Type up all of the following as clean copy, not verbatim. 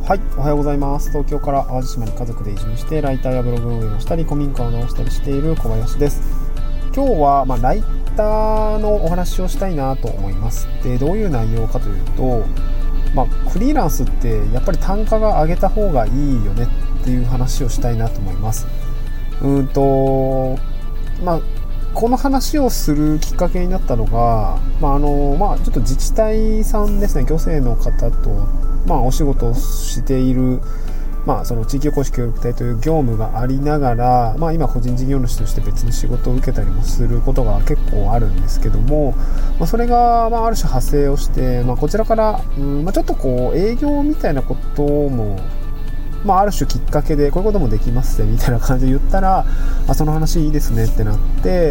はい、おはようございます。東京から淡路島に家族で移住してライターやブログ運営をしたり古民家を直したりしている小林です。今日はライターのお話をしたいなと思います。で、どういう内容かというと、フリーランスってやっぱり単価が上げた方がいいよねっていう話をしたいなと思います。この話をするきっかけになったのが、ちょっと自治体さんですね、行政の方とお仕事をしている、その地域おこし協力隊という業務がありながら、今個人事業主として別の仕事を受けたりもすることが結構あるんですけども、それがある種派生をして、こちらから、ちょっと営業みたいなこともある種きっかけでこういうこともできますねみたいな感じで言ったら、その話いいですねってなって、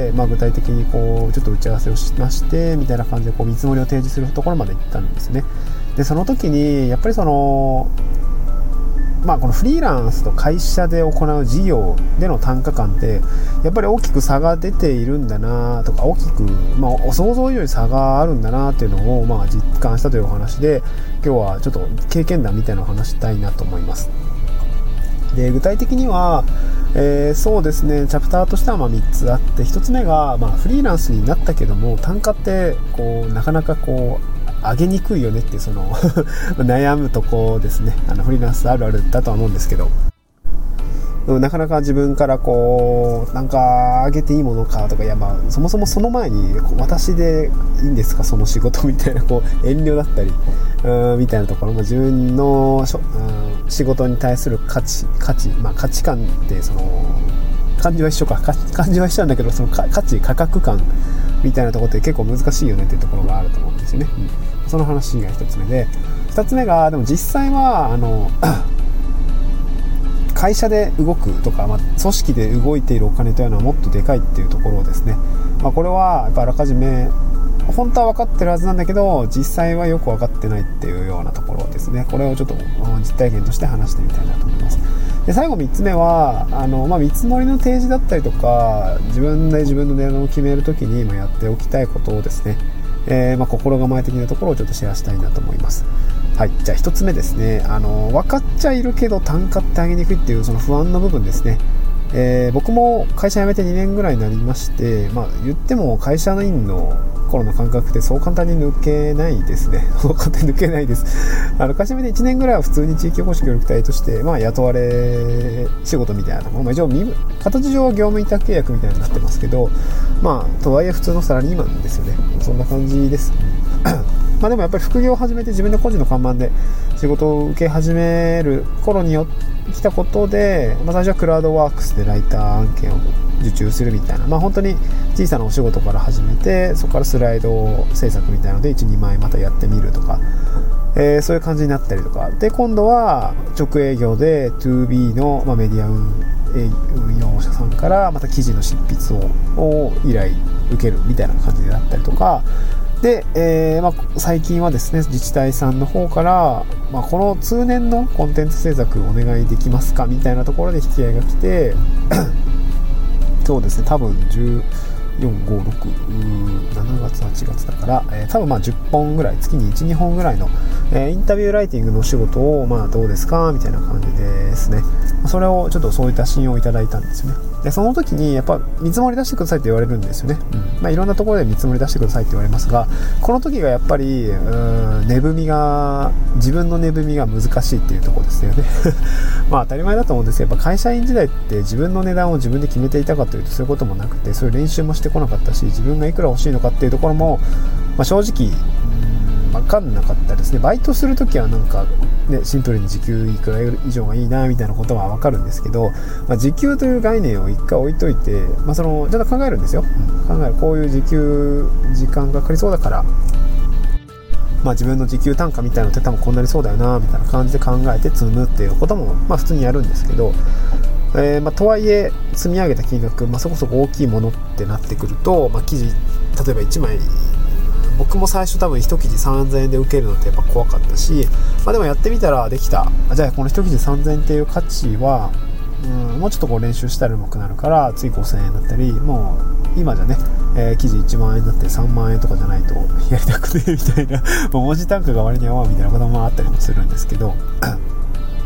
具体的にちょっと打ち合わせをしましてみたいな感じで見積もりを提示するところまで行ったんですね。でその時にやっぱりこのフリーランスと会社で行う事業での単価感ってやっぱり大きく差が出ているんだなとか、大きく、想像以上に差があるんだなっていうのを実感したというお話で、今日はちょっと経験談みたいなのを話したいなと思います。で具体的には、そうですね、チャプターとしては3つあって、1つ目が、フリーランスになったけども単価ってなかなか上げにくいよねってその悩むとこですね。フリーランスあるあるだとは思うんですけど、なかなか自分からなんか上げていいものかとか、そもそもその前に私でいいんですかその仕事みたいな遠慮だったりみたいなところも、自分の仕事に対する価値観ってその漢字は一緒なんだけど、その価格感みたいなところって結構難しいよねっていうところがあると思うんですよね。その話が一つ目で、二つ目がでも実際は会社で動くとか、組織で動いているお金というのはもっとでかいっていうところですね。これはやっぱあらかじめ本当は分かってるはずなんだけど実際はよく分かってないっていうようなところですね。これをちょっと実体験として話してみたいなと思います。で最後3つ目は見積もりの提示だったりとか、自分で自分の値段を決めるときにやっておきたいことをですね、心構え的なところをちょっとシェアしたいなと思います。はい、じゃあ1つ目ですね。分かっちゃいるけど単価って上げにくいっていうその不安の部分ですね。僕も会社辞めて2年ぐらいになりまして、言っても会社員の頃の感覚ってそう簡単に抜けないですね。そう簡単に抜けないです。会社辞めて1年ぐらいは普通に地域おこし協力隊として、雇われ仕事みたいなところ、一応形上は業務委託契約みたいになってますけど、とはいえ普通のサラリーマンですよね。そんな感じです。でもやっぱり副業を始めて自分で個人の看板で仕事を受け始める頃に来たことで、最初はクラウドワークスでライター案件を受注するみたいな、本当に小さなお仕事から始めて、そこからスライド制作みたいなので 1,2 枚またやってみるとか、そういう感じになったりとかで、今度は直営業で 2B の、メディア運用者さんからまた記事の執筆を依頼受けるみたいな感じであったりとかで、最近はですね、自治体さんの方から、この通年のコンテンツ制作お願いできますかみたいなところで引き合いが来てそうですね、多分14、5、6、7月、8月だから、多分10本ぐらい、月に1、2本ぐらいの、インタビューライティングのお仕事を、どうですかみたいな感じですね。それをちょっとそういった信用をいただいたんですよね。でその時にやっぱ見積もり出してくださいって言われるんですよね。いろんなところで見積もり出してくださいって言われますが、この時がやっぱり自分の値踏みが難しいっていうところですよね。当たり前だと思うんですけど、やっぱ会社員時代って自分の値段を自分で決めていたかというとそういうこともなくて、そういう練習もしてこなかったし、自分がいくら欲しいのかっていうところも、正直分かんなかったですね。バイトするときはシンプルに時給いくら以上がいいなみたいなことは分かるんですけど、時給という概念を一回置いといて、ちょっと考えるんですよ。こういう時間がかかりそうだから、自分の時給単価みたいなのって多分こんなにそうだよなみたいな感じで考えて積むっていうことも普通にやるんですけど、とはいえ積み上げた金額、そこそこ大きいものってなってくると、記事例えば1枚、僕も最初多分1記事3000円で受けるのってやっぱ怖かったし、でもやってみたらできた。じゃあこの1記事3000円っていう価値はもうちょっと練習したらうまくなるから次5000円だったり、もう今じゃね、記事1万円だって3万円とかじゃないとやりたくてみたいな文字単価が割に合わんみたいなこともあったりもするんですけど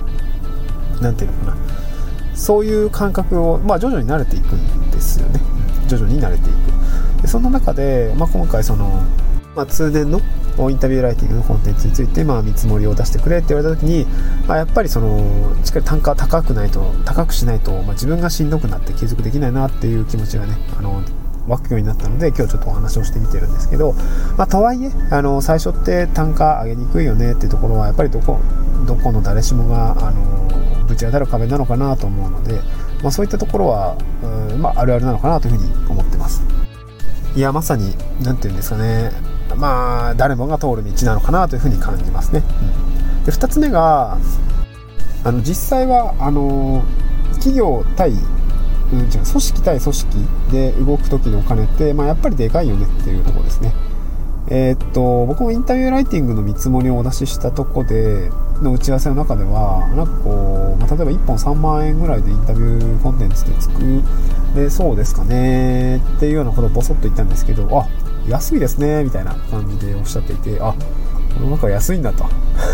なんていうのかな、そういう感覚を、徐々に慣れていくんですよね。徐々に慣れていく。でその中で、今回その、通年のインタビューライティングのコンテンツについて、見積もりを出してくれって言われた時に、やっぱりそのしっかり単価高くしないと、自分がしんどくなって継続できないなっていう気持ちがね、湧くようになったので、今日ちょっとお話をしてみてるんですけど、とはいえ最初って単価上げにくいよねっていうところはやっぱりどこの誰しもがぶち当たる壁なのかなと思うので、そういったところはあるあるなのかなというふうに思ってます。いや、まさになんていうんですかね、誰もが通る道なのかなというふうに感じますね。で2つ目が実際は企業対組織対組織で動く時のお金って、やっぱりでかいよねっていうところですね。僕もインタビューライティングの見積もりをお出ししたとこでの打ち合わせの中では例えば1本3万円ぐらいでインタビューコンテンツで作れそうですかねっていうようなことをボソッと言ったんですけど、安いですねみたいな感じでおっしゃっていて、この中は安いんだと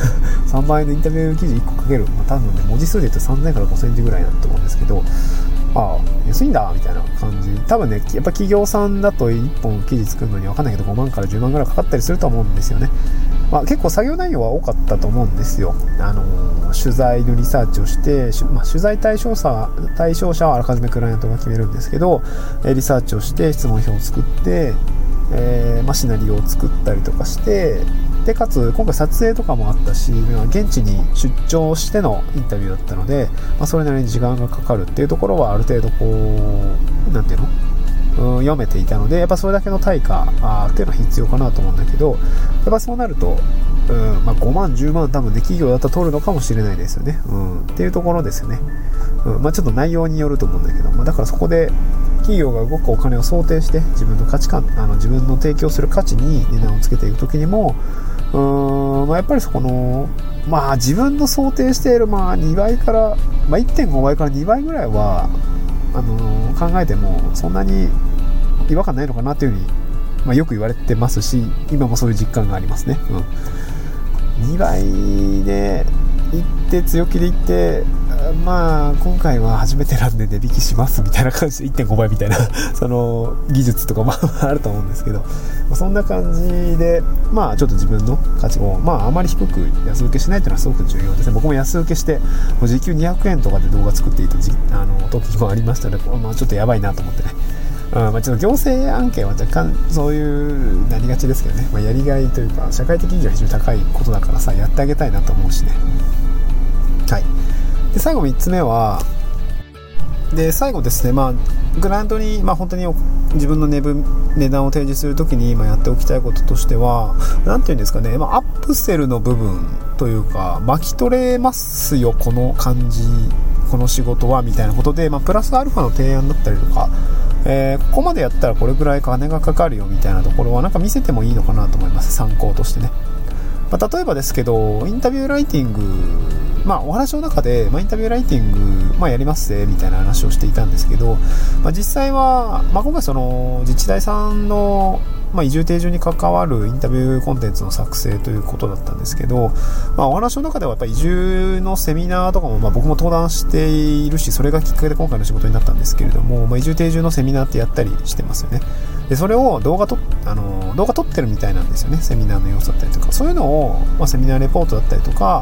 3万円でインタビュー記事1個かける、多分ね文字数で言うと3000から5000字ぐらいだと思うんですけど、安いんだみたいな感じ。多分ね、やっぱ企業さんだと1本記事作るのに分かんないけど5万から10万ぐらいかかったりすると思うんですよね。結構作業内容は多かったと思うんですよ。取材のリサーチをして、取材対象者はあらかじめクライアントが決めるんですけど、リサーチをして質問票を作って、シナリオを作ったりとかして、でかつ今回撮影とかもあったし、現地に出張してのインタビューだったので、それなりに時間がかかるっていうところはある程度なんていうの、読めていたので、やっぱそれだけの対価っていうのは必要かなと思うんだけど、やっぱそうなると、5万10万多分で企業だったら取るのかもしれないですよね、っていうところですよね。ちょっと内容によると思うんだけど、だからそこで企業が動くお金を想定して自分の価値観、自分の提供する価値に値段をつけていくときにも、やっぱりそこの自分の想定している2倍から、1.5 倍から2倍ぐらいは考えてもそんなに違和感ないのかなというふうに、よく言われてますし、今もそういう実感がありますね。2倍で行って強気で行って、今回は初めてなんで値引きしますみたいな感じで 1.5 倍みたいなその技術とかもあると思うんですけど、そんな感じでちょっと自分の価値をあまり低く安請けしないというのはすごく重要ですね。僕も安請けしてもう時給200円とかで動画作っていた時もありましたので、ちょっとやばいなと思ってね、ちょっと行政案件は若干そういうなりがちですけどね、やりがいというか社会的意義は非常に高いことだからさ、やってあげたいなと思うしね。はい。で最後3つ目は最後ですね、クライアントに、本当に自分の値段を提示するときにやっておきたいこととしては、なんていうんですかね、アップセルの部分というか、巻き取れますよこの感じ、この仕事はみたいなことで、プラスアルファの提案だったりとか、ここまでやったらこれぐらい金がかかるよみたいなところは見せてもいいのかなと思います。参考としてね。例えばですけど、インタビューライティング、お話の中で、インタビューライティング、やりますみたいな話をしていたんですけど、実際は、今回その自治体さんの、移住定住に関わるインタビューコンテンツの作成ということだったんですけど、お話の中ではやっぱり移住のセミナーとかも、僕も登壇しているし、それがきっかけで今回の仕事になったんですけれども、移住定住のセミナーってやったりしてますよね。でそれを動画撮ってるみたいなんですよね。セミナーの様子だったりとか、そういうのを、セミナーレポートだったりとか、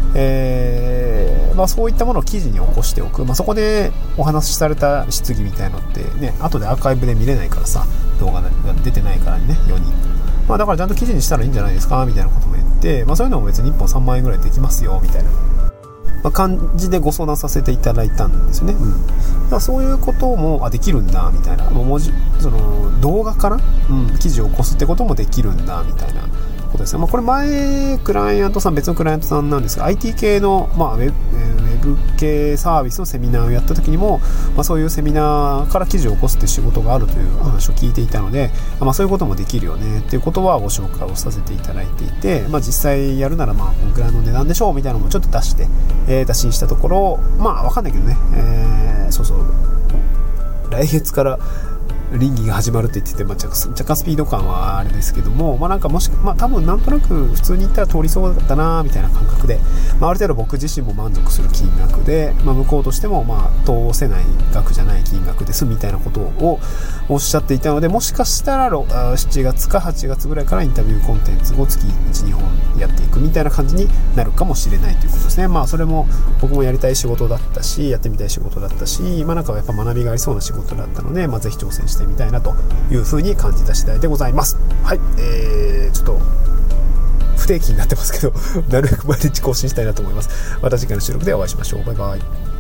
そういったものを記事に起こしておく、そこでお話しされた質疑みたいなのってね、後でアーカイブで見れないからさ、動画が出てないからね、世に、だからちゃんと記事にしたらいいんじゃないですかみたいなことも言って、そういうのも別に1本3万円ぐらいできますよみたいな、感じでご相談させていただいたんですよね。だからそういうこともできるんだみたいな、その動画から、記事を起こすってこともできるんだみたいなことですね。これ前クライアントさん、別のクライアントさんなんですが、 IT 系の、ウェブ系サービスのセミナーをやった時にも、そういうセミナーから記事を起こすって仕事があるという話を聞いていたので、そういうこともできるよねっていうことはご紹介をさせていただいていて、実際やるならこのくらいの値段でしょうみたいなのもちょっと出して、打診したところ、わかんないけどね、来月から倫理が始まるって言ってて、若干スピード感はあれですけども、なんか多分なんとなく普通に言ったら通りそうだったなみたいな感覚で、ある程度僕自身も満足する金額で、向こうとしても通せない額じゃない金額ですみたいなことをおっしゃっていたので、もしかしたら7月か8月ぐらいからインタビューコンテンツを月 1,2 本やっていくみたいな感じになるかもしれないということですね。それも僕もやりたい仕事だったし、やってみたい仕事だったし、なんかやっぱ学びがありそうな仕事だったので、ぜひ挑戦してみたいなというふうに感じた次第でございます。はい、ちょっと不定期になってますけどなるべく毎日更新したいなと思います。また次回の収録でお会いしましょう。バイバイ。